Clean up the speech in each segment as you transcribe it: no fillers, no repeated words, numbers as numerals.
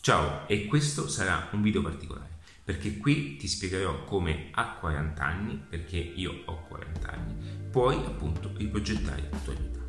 Ciao, e questo sarà un video particolare perché qui ti spiegherò come a 40 anni, perché io ho 40 anni, puoi appunto riprogettare la tua vita.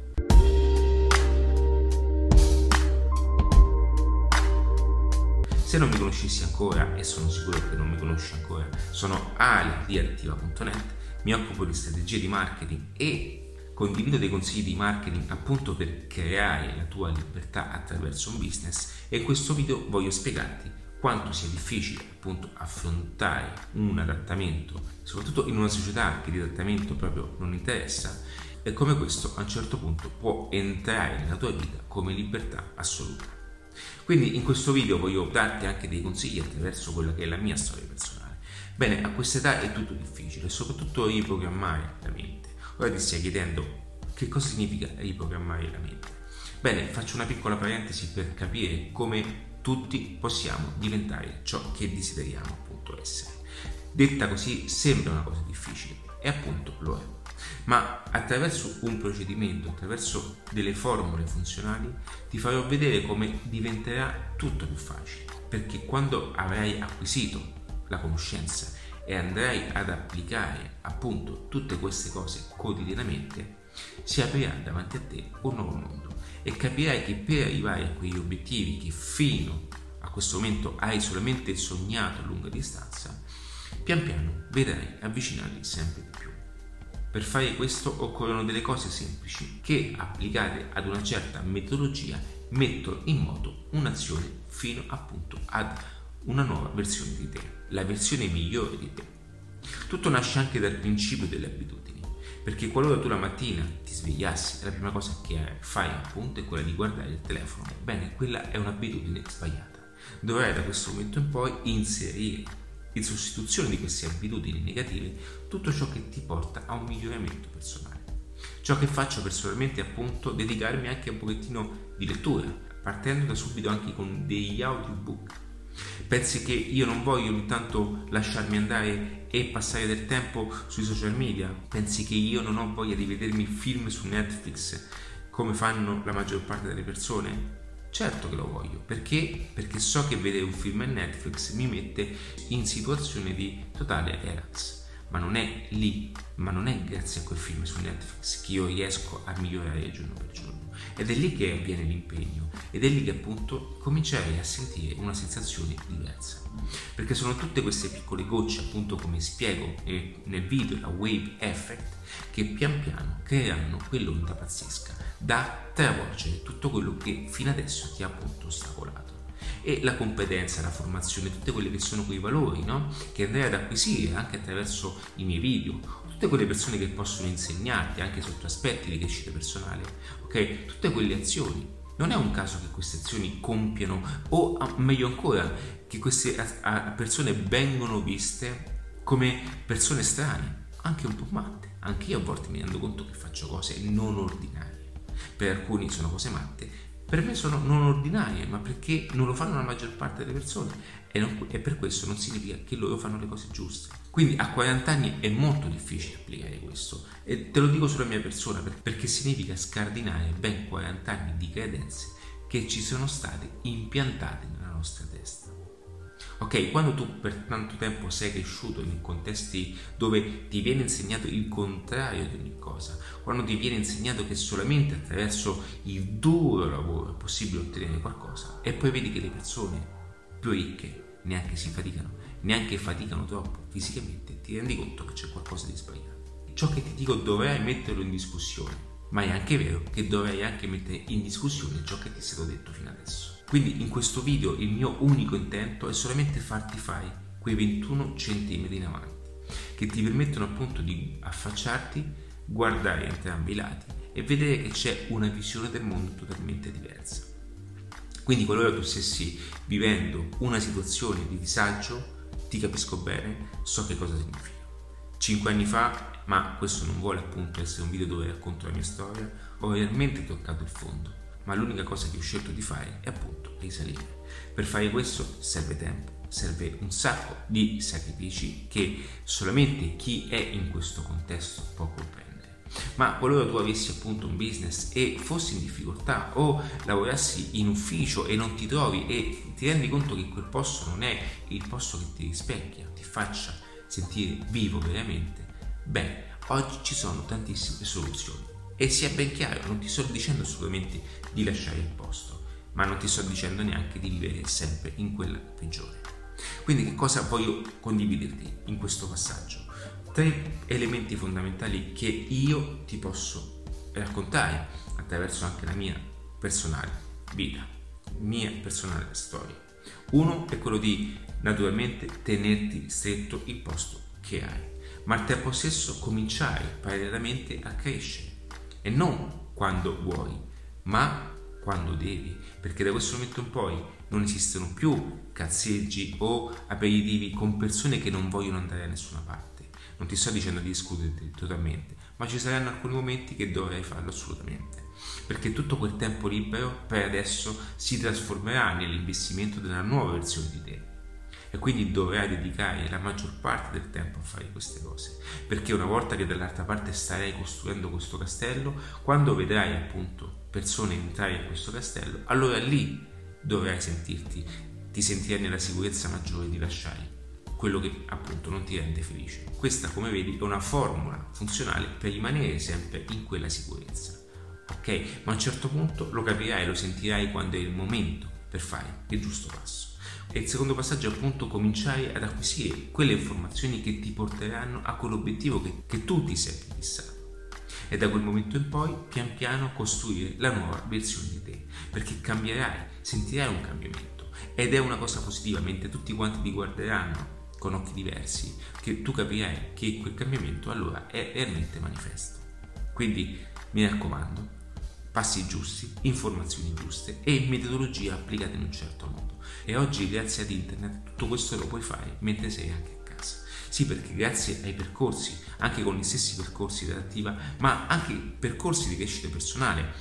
Se non mi conoscessi ancora, e sono sicuro che non mi conosci ancora, sono Ali di Attiva.net, mi occupo di strategie di marketing e condivido dei consigli di marketing appunto per creare la tua libertà attraverso un business, e in questo video voglio spiegarti quanto sia difficile appunto affrontare un adattamento, soprattutto in una società che di adattamento proprio non interessa, e come questo a un certo punto può entrare nella tua vita come libertà assoluta. Quindi in questo video voglio darti anche dei consigli attraverso quella che è la mia storia personale. Bene, a questa età è tutto difficile, soprattutto riprogrammare la mente. Ora ti stai chiedendo che cosa significa riprogrammare la mente. Bene, faccio una piccola parentesi per capire come tutti possiamo diventare ciò che desideriamo appunto essere. Detta così sembra una cosa difficile, e appunto lo è. Ma attraverso un procedimento, attraverso delle formule funzionali, ti farò vedere come diventerà tutto più facile, perché quando avrai acquisito la conoscenza e andrai ad applicare appunto tutte queste cose quotidianamente, si aprirà davanti a te un nuovo mondo e capirai che per arrivare a quegli obiettivi che fino a questo momento hai solamente sognato a lunga distanza, pian piano vedrai avvicinarli sempre di più. Per fare questo occorrono delle cose semplici che, applicate ad una certa metodologia, mettono in moto un'azione fino appunto ad una nuova versione di te, la versione migliore di te. Tutto nasce anche dal principio delle abitudini, perché qualora tu la mattina ti svegliassi e la prima cosa che fai appunto è quella di guardare il telefono, bene, quella è un'abitudine sbagliata. Dovrai da questo momento in poi inserire in sostituzione di queste abitudini negative tutto ciò che ti porta a un miglioramento personale. Ciò che faccio personalmente è appunto dedicarmi anche a un pochettino di lettura, partendo da subito anche con degli audiobook. Pensi che io non voglio ogni tanto lasciarmi andare e passare del tempo sui social media? Pensi che io non ho voglia di vedermi film su Netflix come fanno la maggior parte delle persone? Certo che lo voglio, perché? Perché so che vedere un film in Netflix mi mette in situazione di totale relax, ma non è lì, ma non è grazie a quel film su Netflix che io riesco a migliorare giorno per giorno, ed è lì che avviene l'impegno, ed è lì che appunto comincerai a sentire una sensazione diversa, perché sono tutte queste piccole gocce, appunto come spiego nel video, la wave effect, che pian piano creeranno quell'onda pazzesca da travolgere tutto quello che fino adesso ti ha appunto ostacolato. E la competenza, la formazione, tutte quelle che sono quei valori, no? Che andrai ad acquisire anche attraverso i miei video, tutte quelle persone che possono insegnarti anche sotto aspetti di crescita personale, ok? Tutte quelle azioni. Non è un caso che queste azioni compiano, o meglio ancora, che queste persone vengono viste come persone strane, anche un po' matte. Anche io a volte mi rendo conto che faccio cose non ordinarie. Per alcuni sono cose matte, per me sono non ordinarie, ma perché non lo fanno la maggior parte delle persone, e per questo non significa che loro fanno le cose giuste. Quindi a 40 anni è molto difficile applicare questo, e te lo dico sulla mia persona, perché significa scardinare ben 40 anni di credenze che ci sono state impiantate nella nostra testa. Ok, quando tu per tanto tempo sei cresciuto in contesti dove ti viene insegnato il contrario di ogni cosa, quando ti viene insegnato che solamente attraverso il duro lavoro è possibile ottenere qualcosa, e poi vedi che le persone più ricche neanche faticano troppo fisicamente, ti rendi conto che c'è qualcosa di sbagliato. Ciò che ti dico dovrai metterlo in discussione, ma è anche vero che dovrai anche mettere in discussione ciò che ti è stato detto fino adesso. Quindi in questo video il mio unico intento è solamente farti fare quei 21 centimetri in avanti, che ti permettono appunto di affacciarti, guardare entrambi i lati e vedere che c'è una visione del mondo totalmente diversa. Quindi qualora tu stessi vivendo una situazione di disagio, ti capisco bene, so che cosa significa. 5 anni fa, ma questo non vuole appunto essere un video dove racconto la mia storia, ho realmente toccato il fondo, ma l'unica cosa che ho scelto di fare è appunto risalire. Per fare questo serve tempo, serve un sacco di sacrifici che solamente chi è in questo contesto può comprendere. Ma qualora tu avessi appunto un business e fossi in difficoltà o lavorassi in ufficio e non ti trovi e ti rendi conto che quel posto non è il posto che ti rispecchia, ti faccia sentire vivo veramente, oggi ci sono tantissime soluzioni. E sia ben chiaro, non ti sto dicendo assolutamente di lasciare il posto, ma non ti sto dicendo neanche di vivere sempre in quella peggiore. Quindi che cosa voglio condividerti in questo passaggio? 3 elementi fondamentali che io ti posso raccontare attraverso anche la mia personale vita, mia personale storia. Uno è quello di naturalmente tenerti stretto il posto che hai, ma al tempo stesso cominciare parallelamente a crescere, e non quando vuoi, ma quando devi, perché da questo momento in poi non esistono più cazzeggi o aperitivi con persone che non vogliono andare da nessuna parte. Non ti sto dicendo di escluderti totalmente, ma ci saranno alcuni momenti che dovrai farlo assolutamente, perché tutto quel tempo libero per adesso si trasformerà nell'investimento della nuova versione di te, e quindi dovrai dedicare la maggior parte del tempo a fare queste cose, perché una volta che dall'altra parte starai costruendo questo castello, quando vedrai appunto persone entrare in questo castello, allora lì dovrai ti sentirai nella sicurezza maggiore di lasciare quello che appunto non ti rende felice. Questa, come vedi, è una formula funzionale per rimanere sempre in quella sicurezza, ok? Ma a un certo punto lo capirai, lo sentirai quando è il momento per fare il giusto passo. E il secondo passaggio è appunto cominciare ad acquisire quelle informazioni che ti porteranno a quell'obiettivo che tu ti sei fissato, e da quel momento in poi pian piano costruire la nuova versione di te, perché cambierai, sentirai un cambiamento, ed è una cosa positiva. Mentre tutti quanti ti guarderanno con occhi diversi, che tu capirai che quel cambiamento allora è realmente manifesto. Quindi mi raccomando, passi giusti, informazioni giuste e metodologie applicate in un certo modo. E oggi, grazie ad internet, tutto questo lo puoi fare mentre sei anche a casa. Sì, perché grazie ai percorsi, anche con gli stessi percorsi di adattiva, ma anche percorsi di crescita personale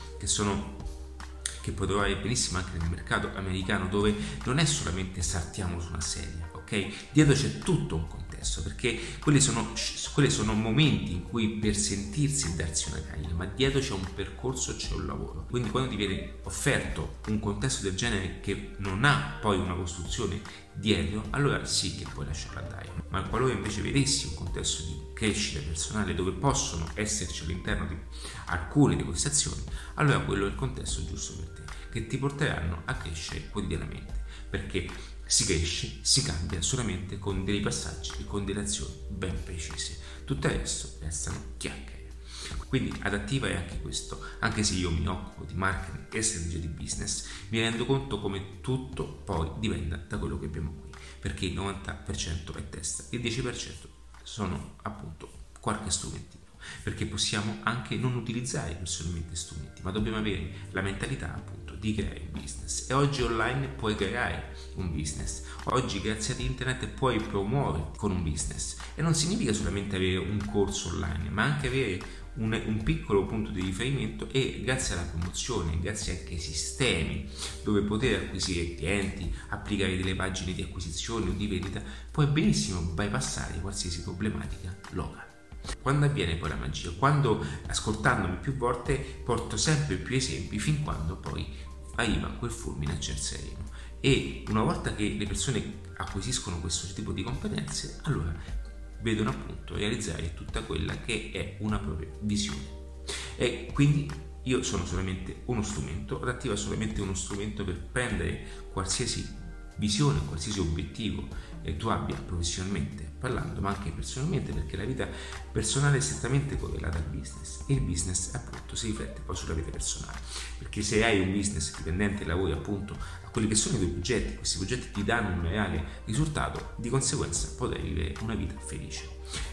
che puoi trovare benissimo anche nel mercato americano, dove non è solamente saltiamo su una sedia, ok? Dietro c'è tutto un contesto, perché quelli sono momenti in cui per sentirsi e darsi una carica, ma dietro c'è un percorso, c'è un lavoro. Quindi quando ti viene offerto un contesto del genere che non ha poi una costruzione dietro, allora sì che puoi lasciarlo andare. Ma qualora invece vedessi un contesto di crescita personale dove possono esserci all'interno di alcune di queste azioni, allora quello è il contesto giusto per te, che ti porteranno a crescere quotidianamente, perché si cresce, si cambia solamente con dei passaggi e con delle azioni ben precise. Tutto il resto restano chiacchiere. Quindi adattiva è anche questo. Anche se io mi occupo di marketing e strategia di business, mi rendo conto come tutto poi dipenda da quello che abbiamo qui, perché il 90% è testa, il 10% sono appunto qualche strumentino, perché possiamo anche non utilizzare personalmente strumenti, ma dobbiamo avere la mentalità appunto di creare un business. E oggi online puoi creare un business, oggi grazie ad internet puoi promuoverti con un business, e non significa solamente avere un corso online, ma anche avere un piccolo punto di riferimento, e grazie alla promozione, grazie anche ai sistemi dove poter acquisire clienti, applicare delle pagine di acquisizione o di vendita, puoi benissimo bypassare qualsiasi problematica locale. Quando avviene poi la magia? Quando, ascoltandomi più volte, porto sempre più esempi fin quando poi arriva quel fulmine a ciel sereno, e una volta che le persone acquisiscono questo tipo di competenze, allora vedono appunto realizzare tutta quella che è una propria visione. E quindi io sono solamente uno strumento, Adattiva è solamente uno strumento per prendere qualsiasi visione, qualsiasi obiettivo tu abbia professionalmente parlando, ma anche personalmente, perché la vita personale è strettamente correlata al business, e il business appunto si riflette poi sulla vita personale, perché se hai un business dipendente e lavori appunto a quelli che sono i tuoi progetti, questi progetti ti danno un reale risultato, di conseguenza potrai vivere una vita felice.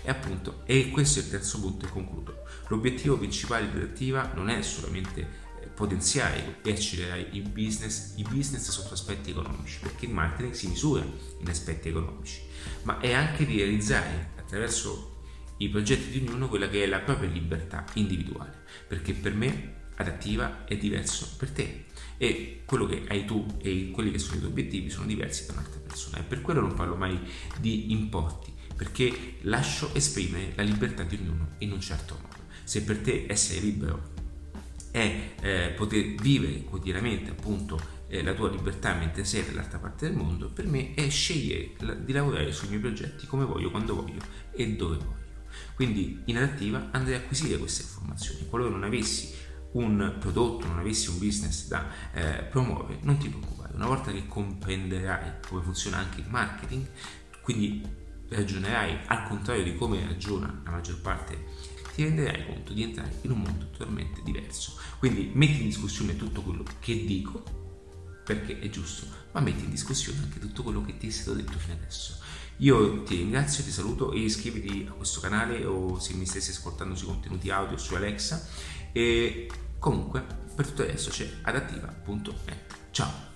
E questo è il terzo punto, e concludo. L'obiettivo principale di Adattiva non è solamente potenziare e accelerare il business sotto aspetti economici, perché il marketing si misura in aspetti economici, ma è anche di realizzare attraverso i progetti di ognuno quella che è la propria libertà individuale, perché per me Adattiva è diverso per te, e quello che hai tu e quelli che sono i tuoi obiettivi sono diversi da un'altra persona, e per quello non parlo mai di importi, perché lascio esprimere la libertà di ognuno in un certo modo. Se per te essere libero è poter vivere quotidianamente appunto la tua libertà mentre sei dall'altra parte del mondo, per me è scegliere di lavorare sui miei progetti come voglio, quando voglio e dove voglio. Quindi in Adattiva andrei a acquisire queste informazioni. Qualora non avessi un prodotto, non avessi un business da promuovere, non ti preoccupare, una volta che comprenderai come funziona anche il marketing, quindi ragionerai al contrario di come ragiona la maggior parte, ti renderai conto di entrare in un mondo totalmente diverso. Quindi metti in discussione tutto quello che dico, perché è giusto, ma metti in discussione anche tutto quello che ti è stato detto fino adesso. Io ti ringrazio, ti saluto e iscriviti a questo canale, o se mi stessi ascoltando sui contenuti audio su Alexa, e comunque per tutto adesso c'è adattiva.net. Ciao!